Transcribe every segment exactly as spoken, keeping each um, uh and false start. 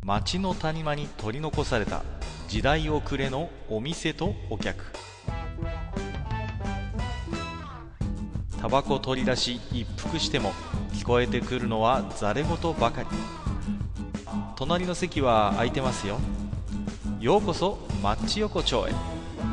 町の谷間に取り残された時代遅れのお店とお客。タバコ取り出し一服しても聞こえてくるのはざれ言ばかり。隣の席は空いてますよ。ようこそマッチ横丁へ。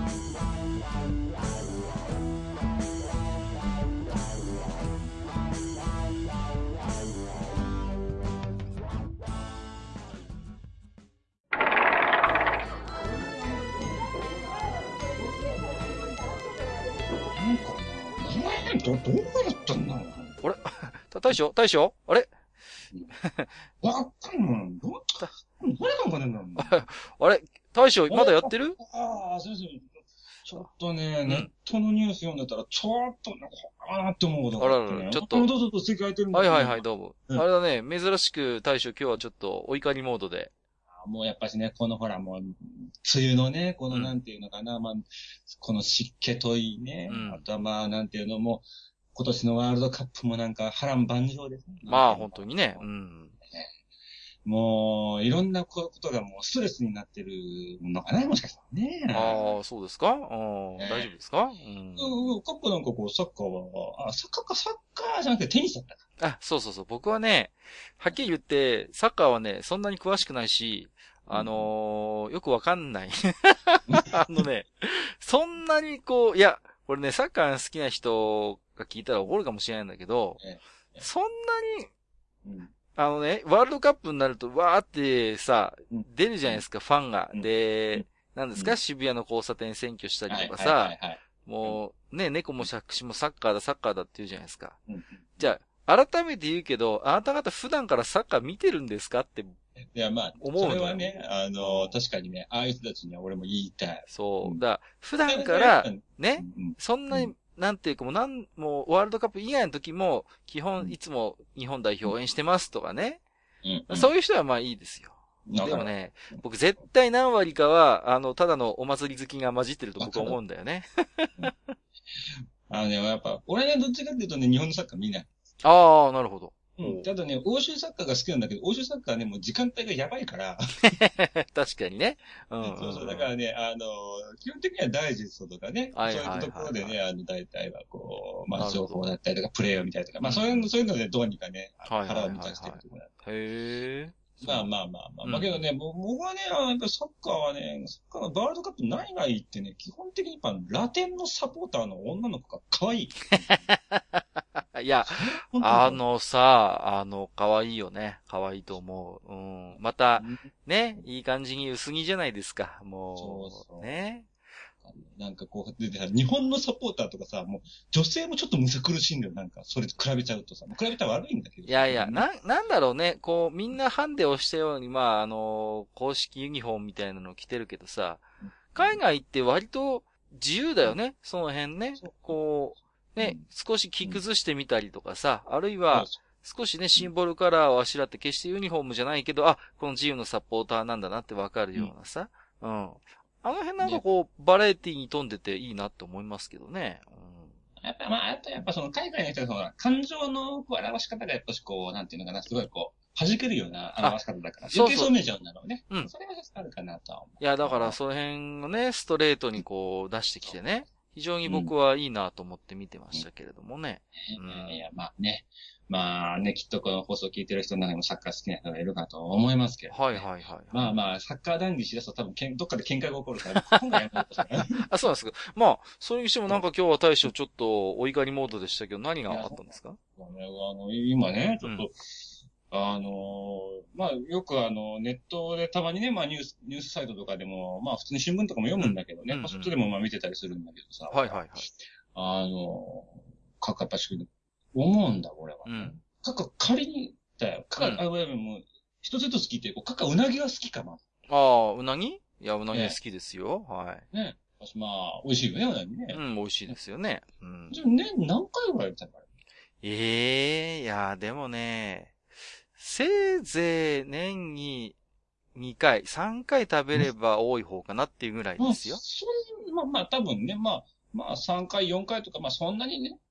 ど、どうやったんだろう。 あれ大将大将あれわかんない。どうやった誰なんかねんだろう。 あれ大将、まだやってる？ ああ、先生。ちょっとね、ネットのニュース読んでたら、ちょっとね、こわーって思うことがあってね。 あらら、ちょっと。 どうぞどうぞ、席空いてるんだはいはいはい、どうも。 うん、 あれだね、珍しく大将今日はちょっとお怒りモードで。 もうやっぱしね、このほらもう、梅雨のね、このなんていうのかな、うん、まあ、この湿気といいね、うん、あとはまあ、なんていうのも、今年のワールドカップもなんか波乱万丈ですね。 まあ本当にね。うん。 もう、いろんなことがもうストレスになってるのかな、もしかしたらね。 ああ、そうですか、ね、大丈夫ですか、うん、 うん、カップなんかこう、サッカーは、あ、サッカーか、サッカーじゃなくてテニスだったか。 あ、そうそうそう。僕はね、はっきり言って、サッカーはね、そんなに詳しくないし、あのー、よくわかんない。あのね、そんなにこう、いや、これね、サッカー好きな人が聞いたら怒るかもしれないんだけど、ええ、そんなに、うん、あのね、ワールドカップになると、わーってさ、うん、出るじゃないですか、うん、ファンが。うん、で、何ですか、うん、渋谷の交差点占拠したりとかさ、はいはいはいはい、もう、ね、猫も杓子もサッカーだ、サッカーだって言うじゃないですか。うん、じゃあ、改めて言うけど、あなた方普段からサッカー見てるんですかって。 いや、まあ、思うのそれはね、あの、確かにね、ああいう人たちには俺も言いたい。 そう。だから、普段から、ね、うん、そんなに、なんていうかもう、なん、もう、ワールドカップ以外の時も、基本、いつも日本代表応援してますとかね。うんうん、そういう人はまあいいですよ。でもね、僕絶対何割かは、あの、ただのお祭り好きが混じってると僕は思うんだよね。 あのね、やっぱ、俺ね、どっちかっていうとね、日本のサッカー見ない。 ああ、なるほど。 うん。ただね、欧州サッカーが好きなんだけど、欧州サッカーはね、もう時間帯がやばいから。 確かにね。 うん、うん。そうそう。だからね、あの、基本的にはダイジェストとかね、はいはいはいはい、そういうところでね、あの、大体はこう、まあ、情報だったりとか、プレイを見たりとか、まあ、そういうの、そういうのでどうにかね、腹を満たしてるところだった。 へえ。 まあまあまあまあ。まあけどね、僕はね、やっぱサッカーはね、サッカーのワールドカップ何がいいってね、基本的にやっぱラテンのサポーターの女の子が可愛い。 いや、あのさ、あの、可愛いよね。可愛いと思う。うん。また、ね、いい感じに薄着じゃないですか。もう、そうそうね。 なんかこう、でさ、日本のサポーターとかさ、もう、女性もちょっとむさ苦しいんだよ。なんか、それと比べちゃうとさ、比べたら悪いんだけど。 いやいや、な、なんだろうね。こう、みんなハンデをしたように、まあ、あの、公式ユニフォームみたいなのを着てるけどさ、海外って割と自由だよね。その辺ね。こう、ね、少し着崩してみたりとかさ、あるいは、少しね、シンボルカラーをあしらって決してユニフォームじゃないけど、あ、この自由のサポーターなんだなってわかるようなさ。うん。あの辺なんかこう、バラエティに富んでていいなって思いますけどね。 うん、やっぱ、まあ、あとやっぱその海外の人はその感情の表し方がやっぱしこう、なんていうのかな、すごいこう、弾けるような表し方だから、余計そう見えちゃうんだろうね。うん。それはあるかなとは思う。 いや、だからその辺をね、ストレートにこう出してきてね、非常に僕はいいなと思って見てましたけれどもね。 うん。うん、いや、まあね。まあね、きっとこの放送聞いてる人の中にもサッカー好きな人がいるかと思いますけど、ね。 はいはいはい、はい。 まあまあ、サッカー談義しだすと多分けん、どっかで喧嘩が起こるから、今回やめとあ、そうなんですか。まあ、それにしてもなんか今日は大将ちょっとお怒りモードでしたけど、何があったんですか？ あの、今ね、ちょっと、うん、あの、まあ、よくあの、ネットでたまにね、まあニュース、ニュースサイトとかでも、まあ普通に新聞とかも読むんだけどね、うんうん、まあそっちでもまあ見てたりするんだけどさ。 はいはいはい。 あの、かかっぱしく思うんだ、俺は。うん。かか仮に、だよ。かか、うん、あ、もう、一つ一つ聞いて、かかうなぎは好きかな。 ああ、うなぎ？いや、うなぎ好きですよ。ね、はい。 ね。まあ、美味しいよね、うなぎね。 うん、美味しいですよね。 うん。じゃあ、年何回ぐらいやったのかええー、いや、でもね、せいぜい年ににかい、さんかい食べれば多い方かなっていうぐらいですよ。 まあ、それ、まあまあ多分ね、まあ、まあさんかい、よんかいとか、まあそんなにね、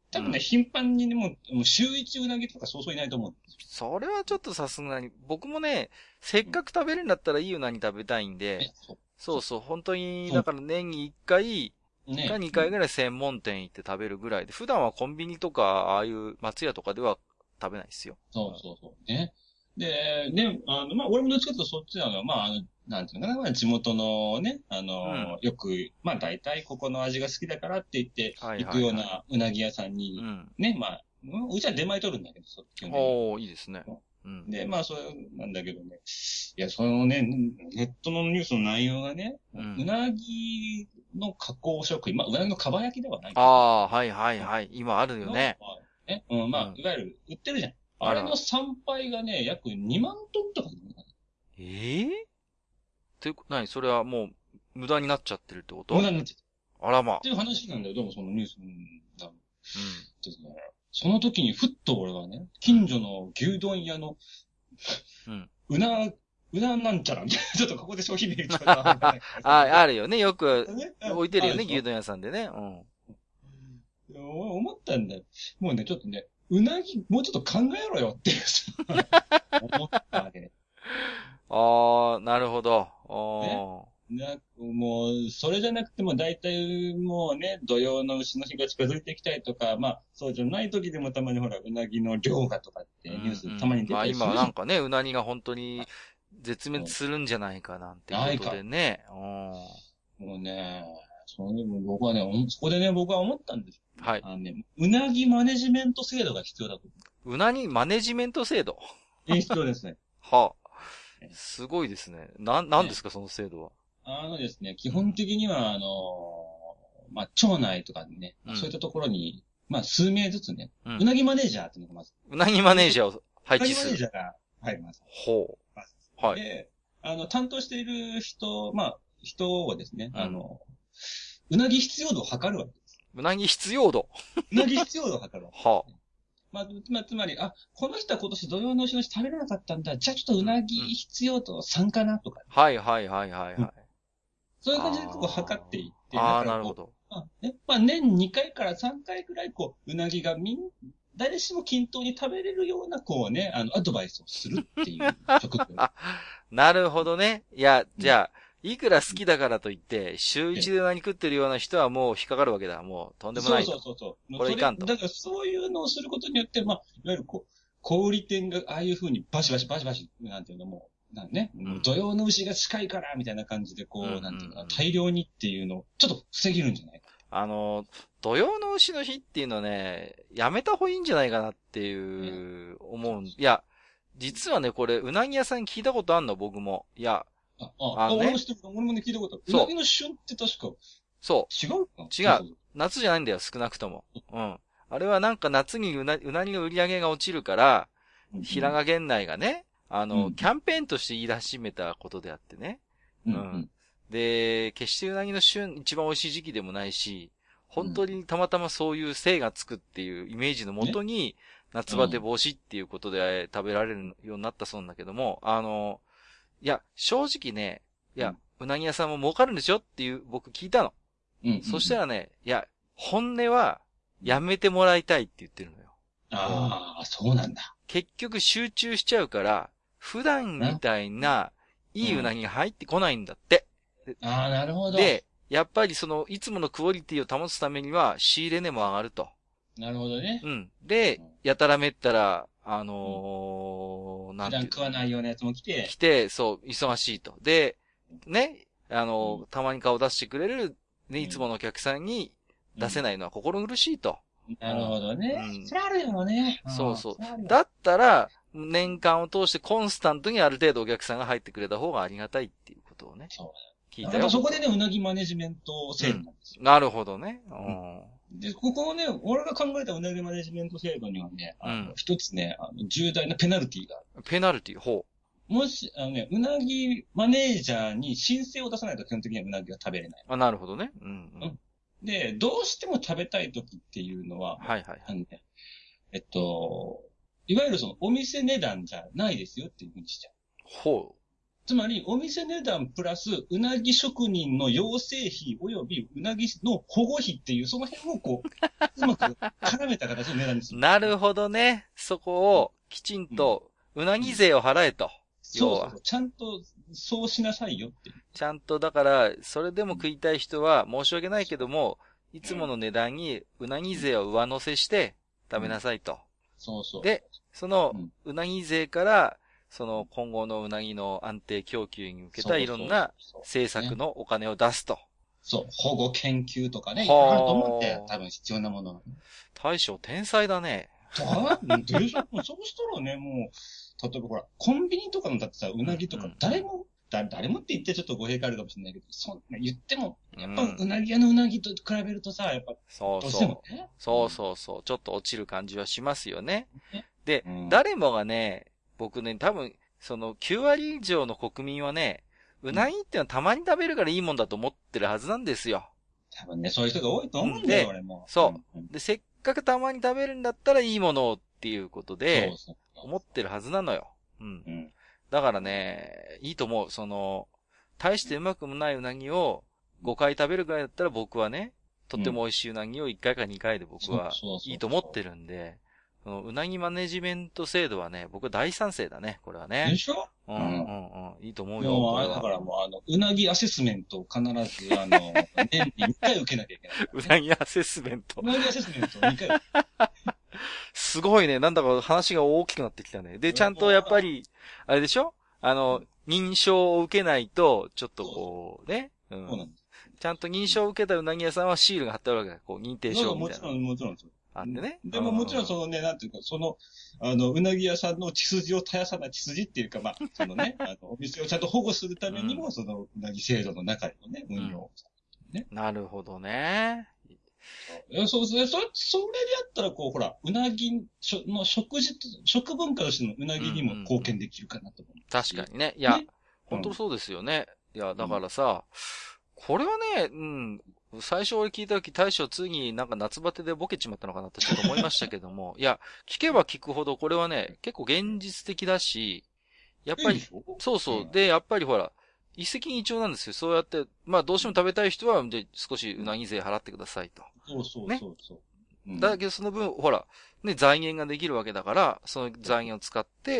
多分ね、うん、頻繁にね、もう、もう週一うなぎとかそうそういないと思う。 それはちょっとさすがに、僕もね、せっかく食べるんだったらいいうなぎ食べたいんで、うん、そうそうそう、本当に、だから年にいっかい、ね、かにかいぐらい専門店行って食べるぐらいで、普段はコンビニとか、ああいう松屋とかでは食べないですよ。 そうそうそう。ね。で、ね、あの、まあ、俺もどっちかというとそっちなのは、まあ、あの、なんていうのかな、まあ、地元のね、あの、うん、よく、まあ、大体ここの味が好きだからって言って、行くようなうなぎ屋さんに、ね、まあ、うちは出前取るんだけど、基本的に。 おー、いいですね。 うん、で、まあ、そうなんだけどね。いや、そのね、ネットのニュースの内容がね、うん、うなぎの加工食品、まあ、うなぎのかば焼きではない。 ああ、はいはいはい。今あるよね。 ね、うん、まあ、いわゆる売ってるじゃん。あれの参拝がね、約にまんトンとか。 ええー、って、なにそれはもう、無駄になっちゃってるってこと？ 無駄になっちゃってる。 あらまあ。 っていう話なんだよ、どうもそのニュース。うん。だうん。ですね。その時にふっと俺はね、近所の牛丼屋の、うん。うな、うななんちゃらみたいな、ちょっとここで商品名言っちゃった。 あ、あるよね。よく置いてるよね、牛丼屋さんでね。うん。 思ったんだよ。もうね、ちょっとね、うなぎ、もうちょっと考えろよっていう思ったわけね。 ああ、なるほど。あね、なもう、それじゃなくても大体もうね、土曜の牛の日が近づいてきたりとか、まあ、そうじゃない時でもたまにほら、うなぎの量がとかってニュースたまに出てる、うんうん、まあ今なんかね、うなぎが本当に絶滅するんじゃないかなんていうことでね。 もうね、その僕はね、そこでね、僕は思ったんです。 はい。 あのね、うなぎマネジメント制度が必要だと思う。うなぎマネジメント制度必要ですね。 はあ。すごいですね。な、なんですか、ね、その制度は。 あのですね、基本的には、あの、まあ、町内とかにね、うん、そういったところに、まあ、数名ずつね、うん、うなぎマネージャーっていうのがまず。 うなぎマネージャーを配置する。 うなぎマネージャーが入ります。 ほう。はい。 で、あの、担当している人、まあ、人をですね、うん、あの、うなぎ必要度を測るわけです。 うなぎ必要度うなぎ必要度を測るわけです。 はあ。 まあ、つまつまり、あ、この人は今年土曜の牛の日食べれなかったんだ。じゃあちょっとうなぎ必要度さんかなとか、ね。 はいはいはいはいはい。うん、 そういう感じでこう測っていって。 ああ、なるほど。 まあね、まあ年にかいからさんかいくらいこう、うなぎがみん、誰しも均等に食べれるようなこうね、あの、アドバイスをするっていう職業。 なるほどね。いや、じゃあ、うん、いくら好きだからといって、週一でうなぎ食ってるような人はもう引っかかるわけだ。もうとんでもないと。 そうそうそうそう。 これいかんと。 だからそういうのをすることによって、まあ、いわゆるこう、小売店がああいう風にバシバシバシバシ、なんていうのも、なんね、うん、土曜の牛が近いから、みたいな感じでこう、うんうんうん、なんていうのかな、大量にっていうのを、ちょっと防げるんじゃないか。 あの、土曜の牛の日っていうのね、やめた方がいいんじゃないかなっていう、思う。いや、実はね、これ、うなぎ屋さん聞いたことあんの、僕も。いや、 あ、あ、あ、ね、俺も知ってる。俺もね、聞いたことある。うなぎの旬って確か。 そう。 違うか違う。夏じゃないんだよ、少なくとも。うん。あれはなんか夏にうな、うなぎの売り上げが落ちるから、うんうん、平賀源内がね、あの、うん、キャンペーンとして言い出しめたことであってね。うん、うん。で、決してうなぎの旬、一番美味しい時期でもないし、本当にたまたまそういう精がつくっていうイメージのもとに、夏バテ防止っていうことで食べられるようになったそうなんだけども、あの、いや、正直ね、いや、うん、うなぎ屋さんも儲かるんでしょっていう、僕聞いたの。うん、うん。そしたらね、いや、本音は、やめてもらいたいって言ってるのよ。 ああ、そうなんだ。 結局集中しちゃうから、普段みたいな、いいうなぎが入ってこないんだって。 ああ、なるほど。 で、やっぱりその、いつものクオリティを保つためには、仕入れ値も上がると。 なるほどね。 うん。で、やたらめったら、あのー、なんていう。 普段食わないようなやつも来て。 来て、そう、忙しいと。で、ね、あのー、うん、たまに顔出してくれる、ね、いつものお客さんに出せないのは心苦しいと。 うん、なるほどね。うん、それあるよね。 そうそう。だったら、年間を通してコンスタントにある程度お客さんが入ってくれた方がありがたいっていうことをね。そう聞いたよ。そこでね、うなぎマネジメント制度なんですよ。 うん、なるほどね。うんで、ここをね、俺が考えたうなぎマネジメント制度にはね、あの、一、うん、つね、あの、重大なペナルティがある。 ペナルティほう。もし、あのね、うなぎマネージャーに申請を出さないと基本的にはうなぎは食べれない。 あ、なるほどね。うん、うん。 で、どうしても食べたい時っていうのは、 はいはい。 あのね、えっと、いわゆるそのお店値段じゃないですよっていうふうにしちゃう。 ほう。 つまり、お店値段プラス、うなぎ職人の養成費及びうなぎの保護費っていう、その辺をこう、うまく絡めた形の値段にする。 なるほどね。そこをきちんと、うなぎ税を払えと。要はそうそうそう。ちゃんと、そうしなさいよっていう。 ちゃんと、だから、それでも食いたい人は申し訳ないけども、いつもの値段にうなぎ税を上乗せして食べなさいと。 そうそう。 で、そのうん、 うなぎ税から、その今後のうなぎの安定供給に向けたいろんな政策のお金を出すと。 そう、保護研究とかね、いはあろいろあると思って、多分必要なもの。 大将天才だね。 だでしょそうしたらね、もう、例えばほら、コンビニとかのだってさ、うなぎとか、誰も、だ誰もって言ってちょっと語弊があるかもしれないけど、そんな言っても、やっぱうなぎ屋のうなぎと比べるとさ、やっぱ、 そうどうしてそう。 もね。 そうそうそう。ちょっと落ちる感じはしますよね。 ねで、 うん誰もがね、僕ね、多分、そのきゅうわり以上の国民はね、うなぎってのはたまに食べるからいいもんだと思ってるはずなんですよ。 多分ね、そういう人が多いと思うんだよ、 で俺も。 そううん。 で、せっかくたまに食べるんだったらいいものをっていうことでそう、そう思ってるはずなのよ。うん。 うん。 だからね、いいと思う。その、大してうまくもないうなぎをごかい食べるぐらいだったら僕はね、とっても美味しいうなぎをいっかいかにかいで僕はそうそうそうそういいと思ってるんで、そのうなぎマネジメント制度はね、僕は大賛成だね、これはね。 でしょうんうんうん。いいと思うよ。 もう、あれこれはだからもう、あの、うなぎアセスメントを必ず、あの、年にいっかい受けなきゃいけない。 うなぎアセスメントう。なぎアセスメントをにかい。 すごいね。なんだか話が大きくなってきたね。で、ちゃんとやっぱり、あれでしょあの、認証を受けないと、ちょっとこう、ね。う。 そうなんんです。 ちゃんと認証を受けたうなぎ屋さんはシールが貼ってあるわけだ。こう、認定証みたいな。 もちろん、もちろん。 あってね。 でももちろんその、 のね、なんていうか、その、あの、うなぎ屋さんの血筋を絶やさない血筋っていうか、まあ、そのね、あの、お店をちゃんと保護するためにも、その、うなぎ制度の中でのね、運用を。 なるほどね。 いやそうですね。それ、それでやったら、こう、ほら、うなぎの食事、食文化としてのうなぎにも貢献できるかなと思う。 確かにね。いや、 ね本当そうですよね。いや、だからさ、これはね、うん、最初俺聞いた時大将次なんか夏バテでボケちまったのかなってちょっと思いましたけども、いや、聞けば聞くほどこれはね、結構現実的だし、やっぱり、そうそう。で、やっぱりほら、一石二鳥なんですよ。そうやって、まあどうしても食べたい人は、で、少しうなぎ税払ってくださいと。 そうそうそうそう。うんだけどその分、ほら、ね、財源ができるわけだから、その財源を使って、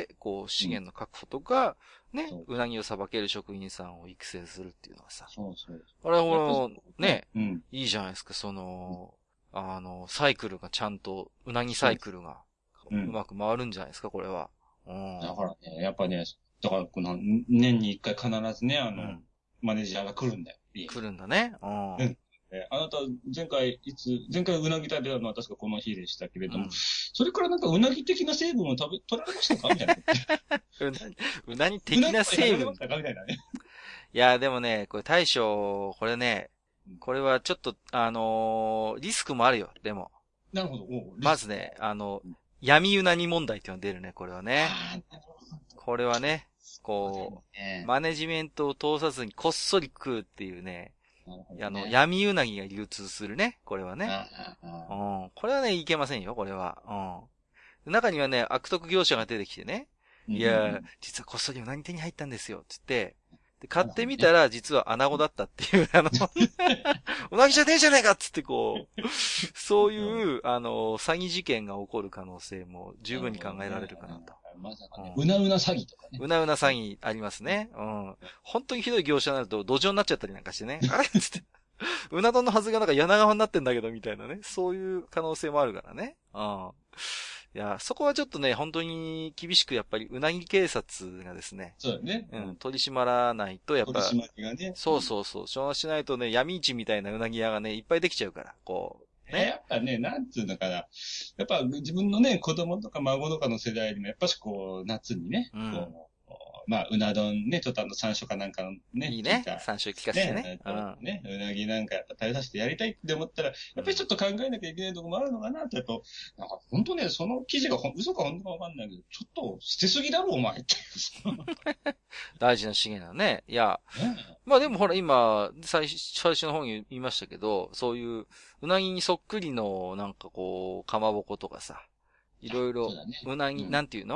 こう、資源の確保とか、ねそう、 うなぎをさばける職人さんを育成するっていうのはさ。 そうそう。 あれはもう、ね、 うん。 いいじゃないですか、その、あの、サイクルがちゃんと、うなぎサイクルが、ううんまく回るんじゃないですか、これは。うん。 だからね、やっぱね、だからこの、年に一回必ずね、あの、 うんマネージャーが来るんだよ。家に来るんだね。うん。 うんえーあなた、前回、いつ、前回うなぎ食べたのは確かこの日でしたけれども、 うんそれからなんかうなぎ的な成分を食べ、取られましたかみたいな。 うなぎ、うなぎ的な成分うなぎ食べまし。たかみたいなね。 いや、でもね、これ大将、これね、これはちょっと、あのーリスクもあるよ、でも。 なるほど。おうまずね、あの、闇うなぎ問題っていうのが出るね、これはね。 あーなるほどこれはね、こねう、マネジメントを通さずにこっそり食うっていうね、 なるほどねあの、闇うなぎが流通するね、これはね。 ああああうん。これはね、いけませんよ、これは。うん。中にはね、悪徳業者が出てきてね、いや、実はこっそりうなぎ手に入ったんですよ、つって、で買ってみたら、実は穴子だったっていう、あの、うなぎじゃねえじゃねえかっつってこう、そういう、あの、詐欺事件が起こる可能性も十分に考えられるかなと。 まさかね、 ううんなうな詐欺とかね。 うなうな詐欺ありますね。うん。本当にひどい業者になると土壌になっちゃったりなんかしてね。あれっつって。うな丼のはずがなんか柳川になってんだけど、みたいなね。そういう可能性もあるからね。うん。いや、そこはちょっとね、本当に厳しくやっぱりうなぎ警察がですね、 そうだね。 うん、取り締まらないと、やっぱ、 取り締まりがね。 そうそうそう、そうしないとね、闇市みたいなうなぎ屋がね、いっぱいできちゃうから、こう、 ね、やっぱね、なんつうのかな。やっぱ自分のね、子供とか孫とかの世代にも、やっぱしこう、夏にね、 うんこうまあ、うな丼ね、ちょっとあの、山椒かなんかのね、 いいね効た。 山椒効かせてね。 ね、 うん。 ね、うなぎなんかやっぱ食べさせてやりたいって思ったら、やっぱりちょっと考えなきゃいけないところもあるのかなって、やっぱ、なんか本当ね、その記事がほん嘘か本当かわかんないけど、ちょっと捨てすぎだろ、お前って。 大事な資源だね。いや、 ねまあでもほら今、最初、最初の方に言いましたけど、そういう、うなぎにそっくりの、なんかこう、かまぼことかさ、いろいろそうだね、 うなぎ、 うんなんていうの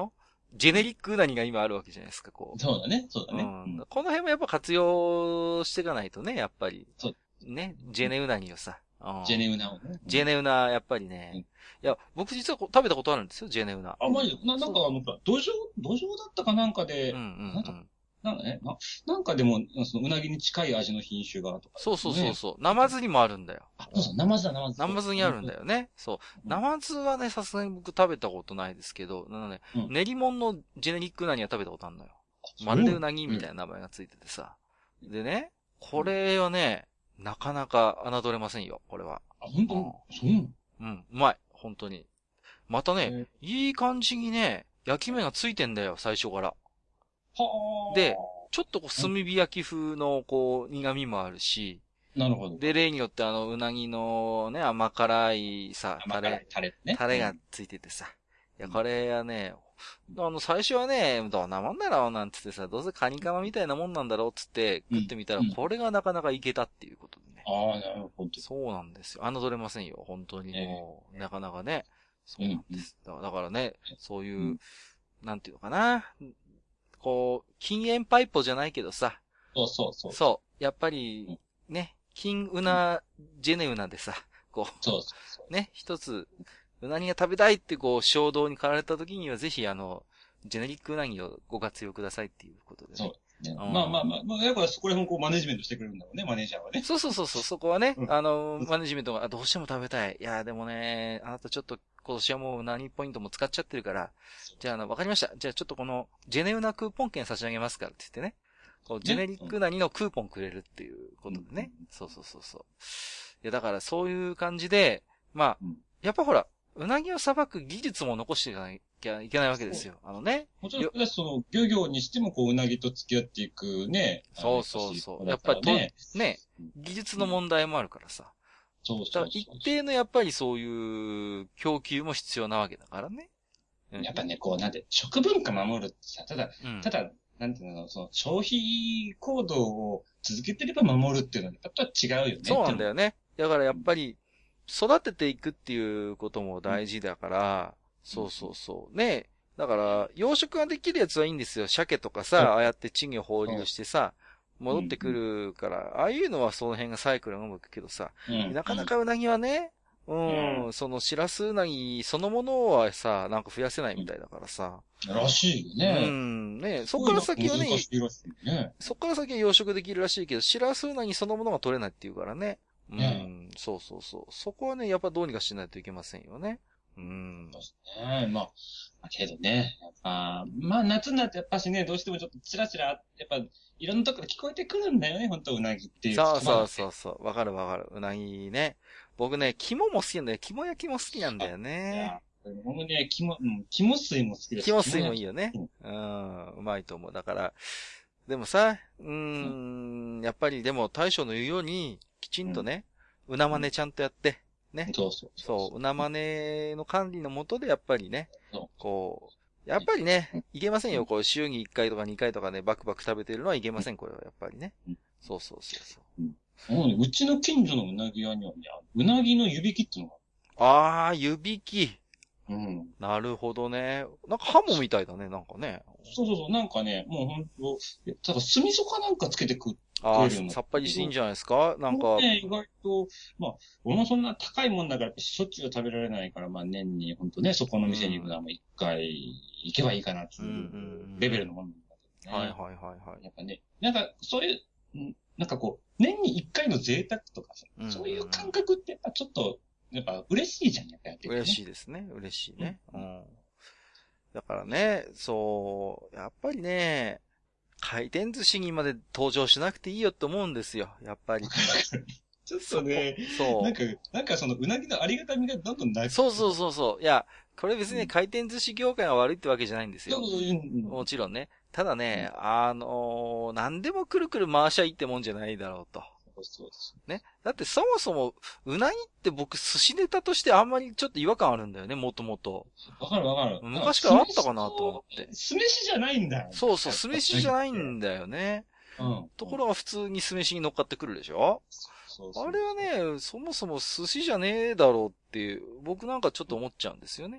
ジェネリックうなぎが今あるわけじゃないですか、こう。 そうだね、そうだね。 うん。 うんこの辺もやっぱ活用していかないとね、やっぱり。 そう。 ね、ジェネうなぎをさ。うんジェネウナをね。 ジェネウナ、やっぱりね。 うんいや、僕実はこう食べたことあるんですよ、ジェネウナ。 あ、マジでな、なんかあの、土壌、土壌だったかなんかで、 うんうんなんかうん。 なんかね、な、なんかでも、そのうなぎに近い味の品種がとか、 そうそうそうそう。ナマズにもあるんだよ。 あ、そうそう、ナマズだ、ナマズ。 ナマズにあるんだよね。そう。 うんナマズはね、さすがに僕食べたことないですけど、なので、 うん練り物のジェネリックウナギは食べたことあるのよ。まるでウナギみたいな名前がついててさ。でね、これはね、なかなか侮れませんよ、これは。 あ、本当にそうなのうん、うまい。本当に。またね、 へいい感じにね、焼き目がついてんだよ、最初から。 はあ。 で、ちょっとこう炭火焼き風のこう苦味もあるし、 なるほど。 で、例によってあの、うなぎのね、甘辛いさ、タ甘辛いレ、 タレね。 タレがついててさ。いや、これはね、あの、最初はね、どんなもんだろうなんつってさ、どうせカニカマみたいなもんなんだろうっつって食ってみたら、 うんこれがなかなかいけたっていうことでね。 ああ、なるほど。 そうなんですよ。侮れませんよ、本当にもう、なかなかね。そうなんです。だからだからね、そういう、 うんなんていうのかな。こう、禁煙パイポじゃないけどさ、 そうそうそう。 そう。やっぱり、ね、金うな、ジェネウナでさ、こそうそうそう。 う、ね、一つ、うなぎが食べたいってこう、衝動に駆られた時には、ぜひあの、ジェネリックうなぎをご活用くださいっていうことでね。 そうね。 うんまあまあまあ、まあ、だからそこら辺もこうマネジメントしてくれるんだろうね、マネージャーはね。 そうそうそうそう、そこはね、 うんあの、マネジメントが、あどうしても食べたい。いや、でもね、あなたちょっと、今年はもううなぎポイントも使っちゃってるから、じゃあ、あの、わかりました。じゃあ、ちょっとこの、ジェネウナクーポン券差し上げますからって言ってね。こう、ジェネリックなにのクーポンくれるっていうことでね。 うんそうそうそうそう。いや、だからそういう感じで、まあ、 うんやっぱほら、うなぎをさばく技術も残していかなきゃいけないわけですよ。あのね。 もちろん、その、漁業にしても、こう、うなぎと付き合っていくね。 そうそうそう。ややっっぱりと、 ぱりね。 ね、技術の問題もあるからさ。 そうだからそうそう。 一定のやっぱりそういう供給も必要なわけだからね。うんやっぱね、こう、なんて、食文化守るってさ、ただ、 うんただ、なんていうの、その、消費行動を続けてれば守るっていうのは、やっぱ違うよね。 そうなんだよね。だからやっぱり、育てていくっていうことも大事だから、そうそうそう。ね。だから、養殖ができるやつはいいんですよ。鮭とかそうさ、ああやって稚魚放流してさ、戻ってくるから、ああいうのはその辺がサイクルがうまくいくけどさ、 うんなかなかうなぎはね、うん、 うんそのシラスウナギそのものはさ、なんか増やせないみたいだからさ。 らしいようね。 ん、ね、そっから先はね、 難しいらしいね。 そっから先は養殖できるらしいけど、シラスウナギそのものが取れないっていうからね。うん、 ねそうそうそう。そこはね、やっぱどうにかしないといけませんよね。うん。 そうですね。まあ、まあけどね、やっぱ、まあ夏になってやっぱしね、どうしてもちょっとチラチラ、やっぱ、いろんなところで聞こえてくるんだよね、本当うなぎっていう。 そうそうそうそう。わかるわかる。うなぎね。僕ね、肝も好きなんだよ。肝焼きも好きなんだよいね。 や僕もね、肝、うん、肝水も好きだし。 肝水もいいよねうん。 うん。うまいと思う。だから、でもさ、うーん、やっぱりでも大将の言うように、きちんとね、うなまねちゃんとやって、ね。 そうそう。 そう、うなまねの管理のもとでやっぱりねそう、 こう、やっぱりね、いけませんよ。こう、週にいっかいとかにかいとかね、バクバク食べてるのはいけません、これはやっぱりねうん。 そうそうそうそう。 もうね、うちの近所のうなぎ屋にはね、うなぎの湯引きっていうのがあー、湯引き。 ある。うん。 なるほどね。なんかハモみたいだね、なんかね。 そうそうそう、なんかね、もうほんと、えただ酢味噌かなんかつけて食う。 あ食えるようなー、さっぱりしていいんじゃないですかなんか、 ね、意外と、まあ、俺もそんな高いもんだから、しょっちゅう食べられないから、まあ年にほんとね、そこの店に行くのはもう一回行けばいいかなっていうレベルのもんなんだけどね。 はいはいはいはい。 やっぱね、なんかそういう、んなんかこう、年に一回の贅沢とかさ、 うんそういう感覚ってやっぱちょっと、やっぱ嬉しいじゃん、やっぱやってて、ね。 嬉しいですね。嬉しいね。うん。だからね、そう、やっぱりね、回転寿司にまで登場しなくていいよって思うんですよ、やっぱり。 ちょっとね、 そう。 なんか、なんかそのうなぎのありがたみがどんどんなくそうそうそうそう。いや、これ別に回転寿司業界が悪いってわけじゃないんですよ。 うんもちろんね。ただね、あのー、何でもくるくる回しゃいいってもんじゃないだろうと。 そうですね。だってそもそも、うなぎって僕寿司ネタとしてあんまりちょっと違和感あるんだよね、もともと。 わかるわかる。 昔からあったかなと思って。 酢飯じゃないんだよ。 そうそう、酢飯じゃないんだよね。 うん。 ところが普通に酢飯に乗っかってくるでしょそうそうあれはね、そもそも寿司じゃねえだろうっていう、僕なんかちょっと思っちゃうんですよね。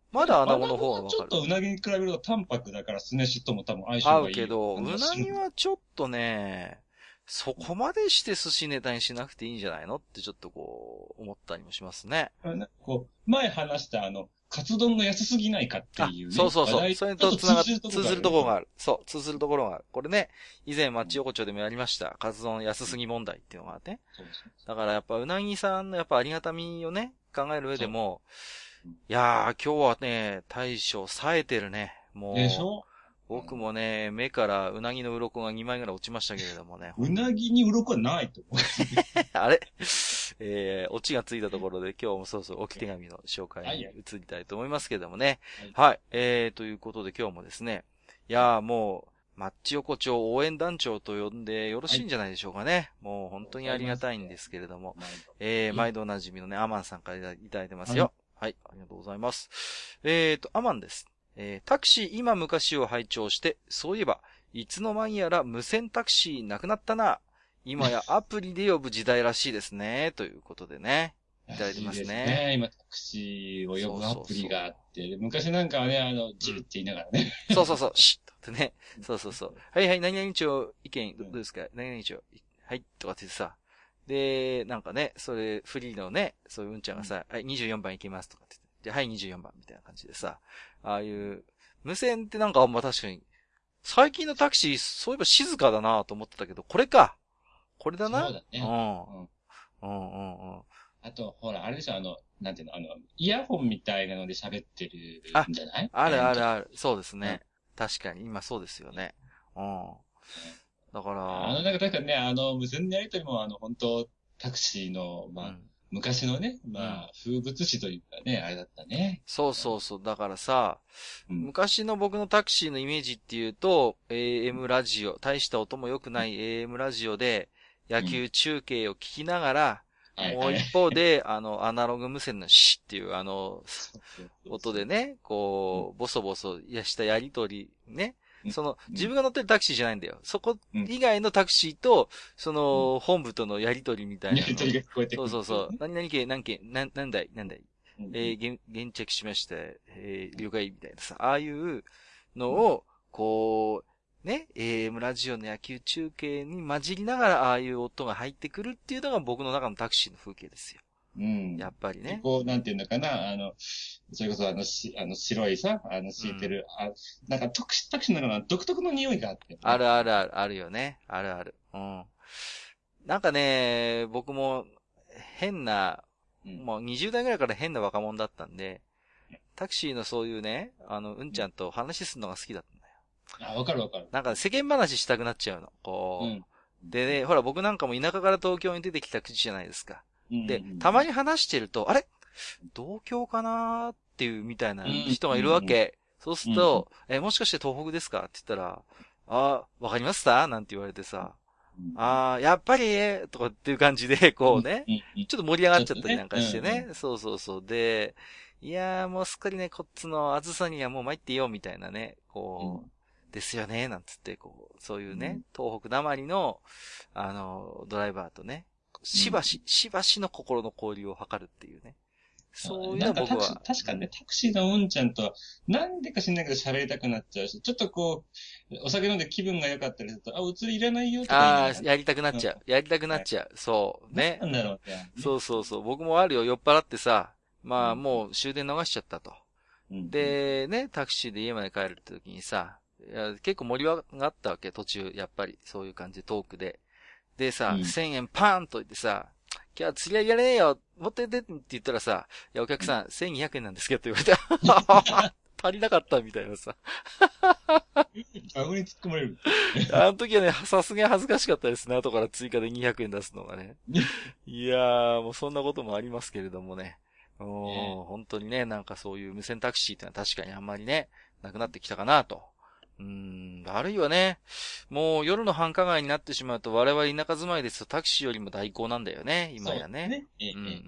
まだ穴子の方がわかる。 ちょっとうなぎに比べると淡白だから酢飯とも多分相性がいい。 合うけど、うなぎはちょっとね、そこまでして寿司ネタにしなくていいんじゃないのってちょっとこう、思ったりもしますね。 こう、前話したあの、カツ丼が安すぎないかっていうね。 そうそうそう。それとつながっ、通ずるところがある。そう、通ずるところがある。これね、以前町横丁でもやりました。カツ丼安すぎ問題っていうのがあって。そうそうそう。だからやっぱうなぎさんのやっぱありがたみをね、考える上でも、いやー、今日はね、大将冴えてるね。もう。でしょ？僕もね、目からうなぎの鱗がにまいぐらい落ちましたけれどもね。 うなぎに鱗はないと思う。 あれえー、オチがついたところで今日もそうそう置き手紙の紹介に移りたいと思いますけれどもね。はい、はい。えー、ということで今日もですね、いやーもう、マッチ横丁応援団長と呼んでよろしいんじゃないでしょうかね。はい、もう本当にありがたいんですけれども、えー、毎度おなじみのね、アマンさんからいただいてますよ。はい、はい、ありがとうございます。えーと、アマンです。えー、タクシー今昔を拝聴して、そういえば、いつの間にやら無線タクシーなくなったな。今やアプリで呼ぶ時代らしいですね。ということでね。いただいてますね。ですね。 今タクシーを呼ぶアプリがあって、そうそうそう昔なんかはね、あの、ジルって言いながらね。 そうそうそう、シッとってね。そうそうそう。はいはい、何々町意見、どうですか、うん、何々町、はい、とかってさ。で、なんかね、それ、フリーのね、そういううんちゃんがさ、うん、はい、にじゅうよんばん行きますとかって言って、で、はい、にじゅうよんばんみたいな感じでさ、ああいう、無線ってなんかあんま確かに、最近のタクシー、そういえば静かだなと思ってたけど、これか。これだな。 そうだね。 うん。うん。うんうんうん。 あと、ほら、あれでしょ、あの、なんていうの、あの、イヤホンみたいなので喋ってるんじゃない？ あ、あるあるある。そうですね。うん、確かに、今そうですよね。うん。だから。 あの、なんか、確かね、あの、無線のやりとりも、あの、本当タクシーの、まあ、うん、昔のね、まあ、風物詩というかね、あれだったね。 そうそうそう。だからさ、うん、昔の僕のタクシーのイメージっていうと、エーエム ラジオ、大した音も良くない エーエム ラジオで、野球中継を聞きながら、うん、もう一方で、あの、アナログ無線のシッっていう、あの、音でね、こう、ボソボソやしたやりとり、ね。その、自分が乗ってるタクシーじゃないんだよ。そこ以外のタクシーと、その、本部とのやりとりみたいな。やりとりが聞こえてくる。そうそうそう。何々系、何件、何、何台、何台。えー、現着しました。えー、了解みたいなさ。ああいうのを、こう、ね、エーエム ラジオの野球中継に混じりながら、ああいう音が入ってくるっていうのが僕の中のタクシーの風景ですよ。うん。やっぱりね。 こう、なんていうのかな、あの、それこそあの、し、あの、白いさ、あの、敷いてる、うん、あ、なんか、タクシー、タクシーの中の独特の匂いがあって、ね。 あるあるある、あるよね。あるある。うん。なんかね、僕も、変な、うん、もうにじゅう代ぐらいから変な若者だったんで、タクシーのそういうね、あの、うんちゃんと話するのが好きだったんだよ。あ、わかるわかる。 なんか世間話したくなっちゃうの。こう。うん、でね、ほら僕なんかも田舎から東京に出てきた口じゃないですか。で、たまに話してると、あれ同郷かなーっていうみたいな人がいるわけ。そうすると、え、もしかして東北ですかって言ったら、あ、わかりますかなんて言われてさ、あー、やっぱり、とかっていう感じで、こうね、ちょっと盛り上がっちゃったりなんかしてね。そうそうそう。で、いやーもうすっかりね、こっちのあずさにはもう参ってよ、みたいなね、こう、ですよね、なんつって、こう、そういうね、東北なまりの、あの、ドライバーとね、しばし、しばしの心の交流を図るっていうね。そういうの僕は。 確かね、タクシーのうんちゃんと、なんでか知んないけど喋りたくなっちゃうし、ちょっとこう、お酒飲んで気分が良かったりすると、あ、映りいらないよとか。 ああ、やりたくなっちゃう。やりたくなっちゃう。そう。ね。 なんだろうね。 そうそうそう。僕もあるよ。酔っ払ってさ、まあもう終電逃しちゃったと。で、ね、タクシーで家まで帰るって時にさ、いや結構盛り上がったわけ、途中。やっぱり、そういう感じでトークで。でさ、うん、せんえんパーンと言ってさ、今日は釣り上げられねえよ持ってってって言ったらさ、いやお客さん、うん、せんにひゃくえんなんですけどって言われて、足りなかったみたいなさ。 あぶに突っ込まれる。 あの時はね、さすがに恥ずかしかったですね。後から追加でにひゃくえん出すのがね。いやー、もうそんなこともありますけれどもね。おー、本当にね、なんかそういう無線タクシーってのは確かにあんまりね、なくなってきたかなと。うーん、あるいはね、もう夜の繁華街になってしまうと我々田舎住まいですとタクシーよりも代行なんだよね、今やね。ねうんうんうん。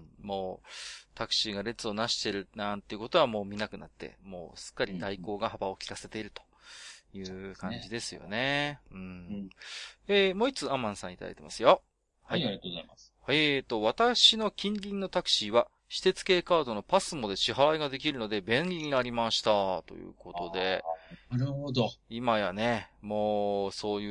もう、タクシーが列をなしてるなんていうことはもう見なくなって、もうすっかり代行が幅を利かせているという感じですよね。うん。うん、えー、もう一つアンマンさんいただいてますよ。 はい、はい、ありがとうございます。 えーと、私の近隣のタクシーは私鉄系カードのパスモで支払いができるので便利になりました。ということで。 なるほど。 今やね、もう、そういう、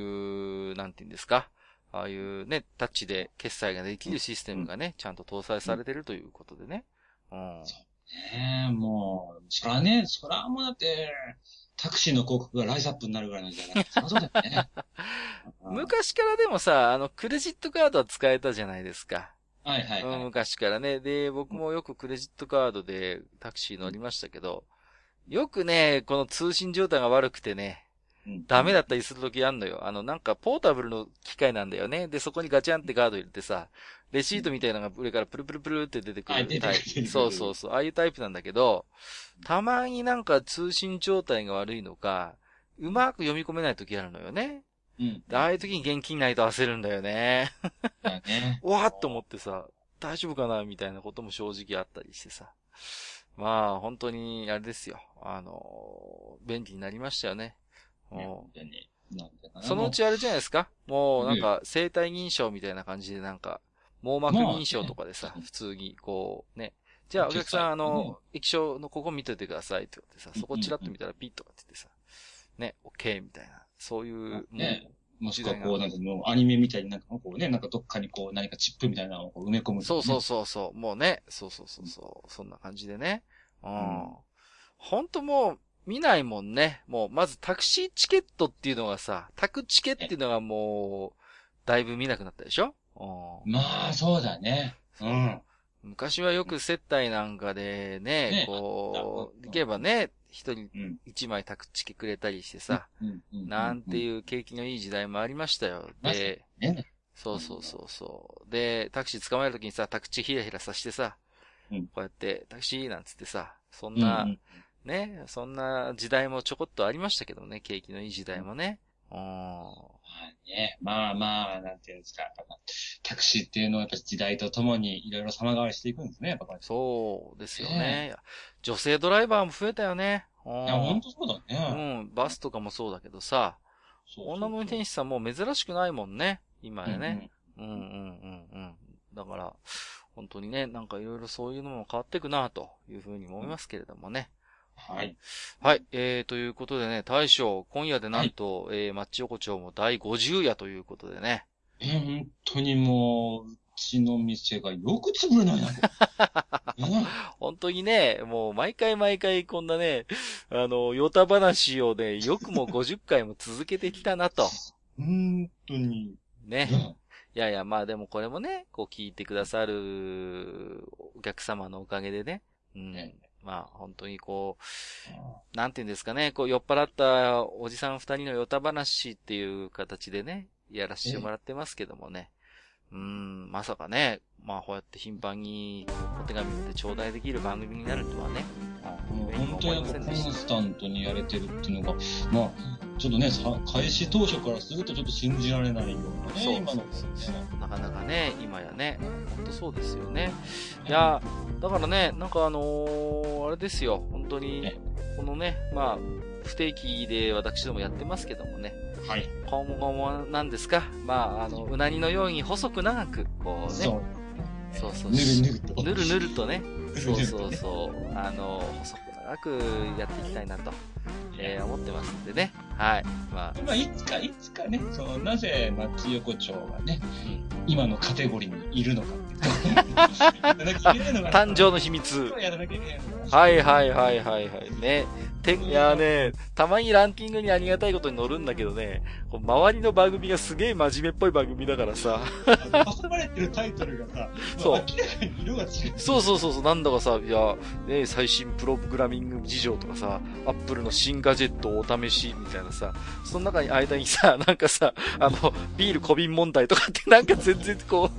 なんていうんですか。ああいうね、タッチで決済ができるシステムがね、ちゃんと搭載されてるということでね。うん。 そうね。もう、そらね、そらもうだって、タクシーの広告がライズアップになるぐらいなんじゃないか。そうだよね。 昔からでもさ、あの、クレジットカードは使えたじゃないですか。 はいはいはい。 昔からね。で、僕もよくクレジットカードでタクシー乗りましたけど、よくね、この通信状態が悪くてね、うん、ダメだったりするときあんのよ。あの、なんかポータブルの機械なんだよね。で、そこにガチャンってカード入れてさ、レシートみたいなのが上からプルプルプルって出てくるタイプ。そうそうそう。ああいうタイプなんだけど、たまになんか通信状態が悪いのか、うまく読み込めないときあるのよね。うん。で、ああいうときに現金ないと焦るんだよね。ねわーっと思ってさ、大丈夫かなみたいなことも正直あったりしてさ。まあ、本当に、あれですよ。あの、便利になりましたよね。もう、ね、そのうちあれじゃないですかもう、なんか、生体認証みたいな感じでなんか、網膜認証とかでさ、まあね、普通に、こう、ね。じゃあ、お客さん、あの、液晶のここ見といてくださいって言ってさ、そこチラッと見たらピッとかって言ってさ、ね、オッケーみたいな。そういう、 ね。もしくはこう、なんかもうアニメみたいになんかこうね、なんかどっかにこう何かチップみたいなのをこう埋め込む、ね。 そうそうそうそう。もうね、そうそうそうそう。そんな感じでね。うん。うん、ほんともう見ないもんね。もうまずタクシーチケットっていうのがさ、タクチケっていうのがもう、だいぶ見なくなったでしょ？ うん、まあ、そうだね。うん。 昔はよく接待なんかでね、ねこう、行けばね、一人一枚タクチケくれたりしてさ、なんていう景気のいい時代もありましたよ。で、そうそうそうそう。で、タクシー捕まえるときにさ、タクチひらひらさしてさ、こうやってタクシーなんつってさ、そんな、ね、そんな時代もちょこっとありましたけどね、景気のいい時代もね。うん。 ね、まあまあ、なんていうんですか。タクシーっていうのはやっぱ時代とともにいろいろ様変わりしていくんですね、やっぱこれ。 そうですよね。女性ドライバーも増えたよね。 いや、ほんとそうだね。うん。バスとかもそうだけどさ、そうそうそう女の運転手さんも珍しくないもんね、今やね。うん、うん、うんうんうん。だから、本当にね、なんかいろいろそういうのも変わっていくなというふうに思いますけれどもね。 はい。 はい。えー、ということでね、大将、今夜でなんと、はい、えー、マッチ横丁もだいごじゅう夜ということでね。 えー、本当にもう、うちの店がよく潰れないな。 本当にね、もう毎回毎回こんなね、あの、ヨタ話をね、よくもごじゅっかいも続けてきたなと。 本当に。 ね。いやいや、まあでもこれもね、こう聞いてくださるお客様のおかげでね。うん。ねまあ本当にこう、なんていうんですかね、こう酔っ払ったおじさん二人のヨタ話っていう形でね、やらせてもらってますけどもね。うーん、まさかね、まあこうやって頻繁にお手紙で頂戴できる番組になるとはね。 もう本当にやっぱコンスタントにやれてるっていうのが、まあ、ちょっとね、開始当初からするとちょっと信じられないようなね、 そう今のそうそうそうなかなかね、今やね、本当そうですよね。いや、だからね、なんかあのー、あれですよ、本当に、このね、まあ、不定期で私どもやってますけどもね。 はい。 今後もなんですか、まあ、あの、うなぎのように細く長く、こうね。そう。そうそう。 ぬるぬると。 ぬるぬるとね。そうそうそう。あの、細く長くやっていきたいなと、えー、思ってますんでね。はい。 まあ。まあ、いつか、いつかね、その、なぜ町横丁がね、うん、今のカテゴリーにいるのかっていう。 誕生の秘密。はいはいはいはいはい。ね。て、いやね、たまにランキングにありがたいことに乗るんだけどね、周りの番組がすげえ真面目っぽい番組だからさ。 挟まれてるタイトルがさ、 そう。 明らかに色が違う。 そうそうそうそう、なんだかさ、いや、ね、最新プログラミング事情とかさ、アップルの新ガジェットをお試しみたいなさ、その中に間にさ、なんかさ、あの、ビール小瓶問題とかってなんか全然こ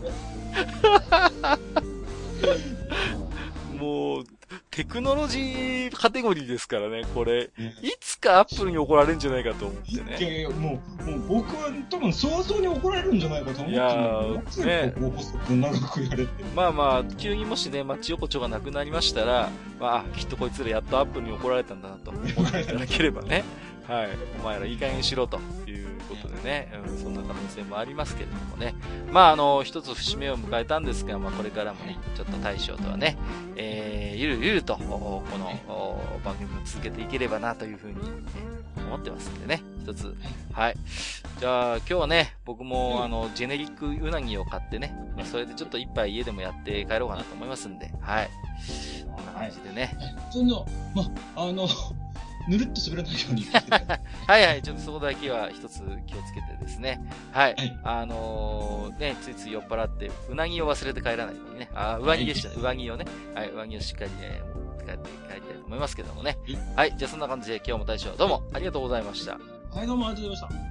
う、もう、テクノロジーカテゴリーですからね、これ。いつかアップルに怒られるんじゃないかと思ってね。 いやいや、もう、もう僕は多分早々に怒られるんじゃないかと思って。いやー、ね。ここ長くやれって。 まあまあ、急にもしね、マッチ横丁がなくなりましたら、まあ、きっとこいつらやっとアップルに怒られたんだなと思っていただければね。 はい。お前らいい加減にしろということでね、うん、そんな可能性もありますけれどもね。まあ、あの、一つ節目を迎えたんですが、まあ、これからもね、ちょっと大将とはね、えー、ゆるゆると、この番組を続けていければなというふうに、ね、思ってますんでね、一つ。はい。じゃあ、今日はね、僕も、あの、ジェネリックうなぎを買ってね、まあ、それでちょっと一杯家でもやって帰ろうかなと思いますんで、はい。こんな感じでね。 その、ま、あの、ぬるっと滑らないように。 はいはい、ちょっとそこだけは一つ気をつけてですね。はい。 はい、 あのー、ね、ついつい酔っ払って、うなぎを忘れて帰らないようにね。あ、上着でしたね。上着をね。はい、上着をしっかりね、持って帰って帰りたいと思いますけどもね。はい、じゃあそんな感じで今日も大将どうもありがとうございました。 はい、どうもありがとうございました。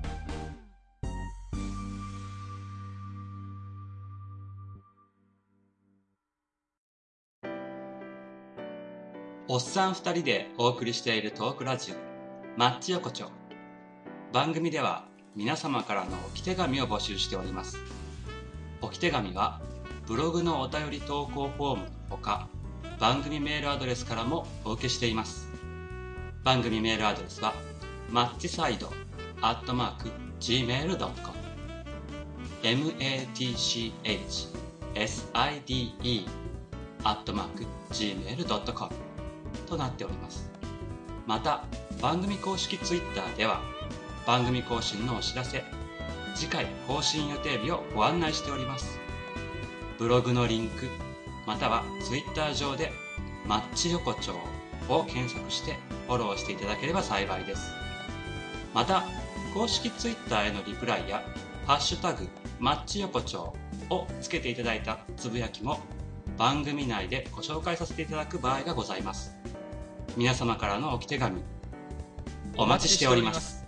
おっさん二人でお送りしているトークラジオマッチ横丁。番組では皆様からの置き手紙を募集しております。置き手紙はブログのお便り投稿フォームのほか、番組メールアドレスからもお受けしています。番組メールアドレスはマッチサイドアットマーク ジーメールドットコム matchside アットマーク ジーメールドットコムとなっております。また番組公式ツイッターでは番組更新のお知らせ、次回更新予定日をご案内しております。ブログのリンクまたはツイッター上でマッチ横丁を検索してフォローしていただければ幸いです。また公式ツイッターへのリプライやハッシュタグマッチ横丁をつけていただいたつぶやきも番組内でご紹介させていただく場合がございます。皆様からの置き手紙お待ちしております。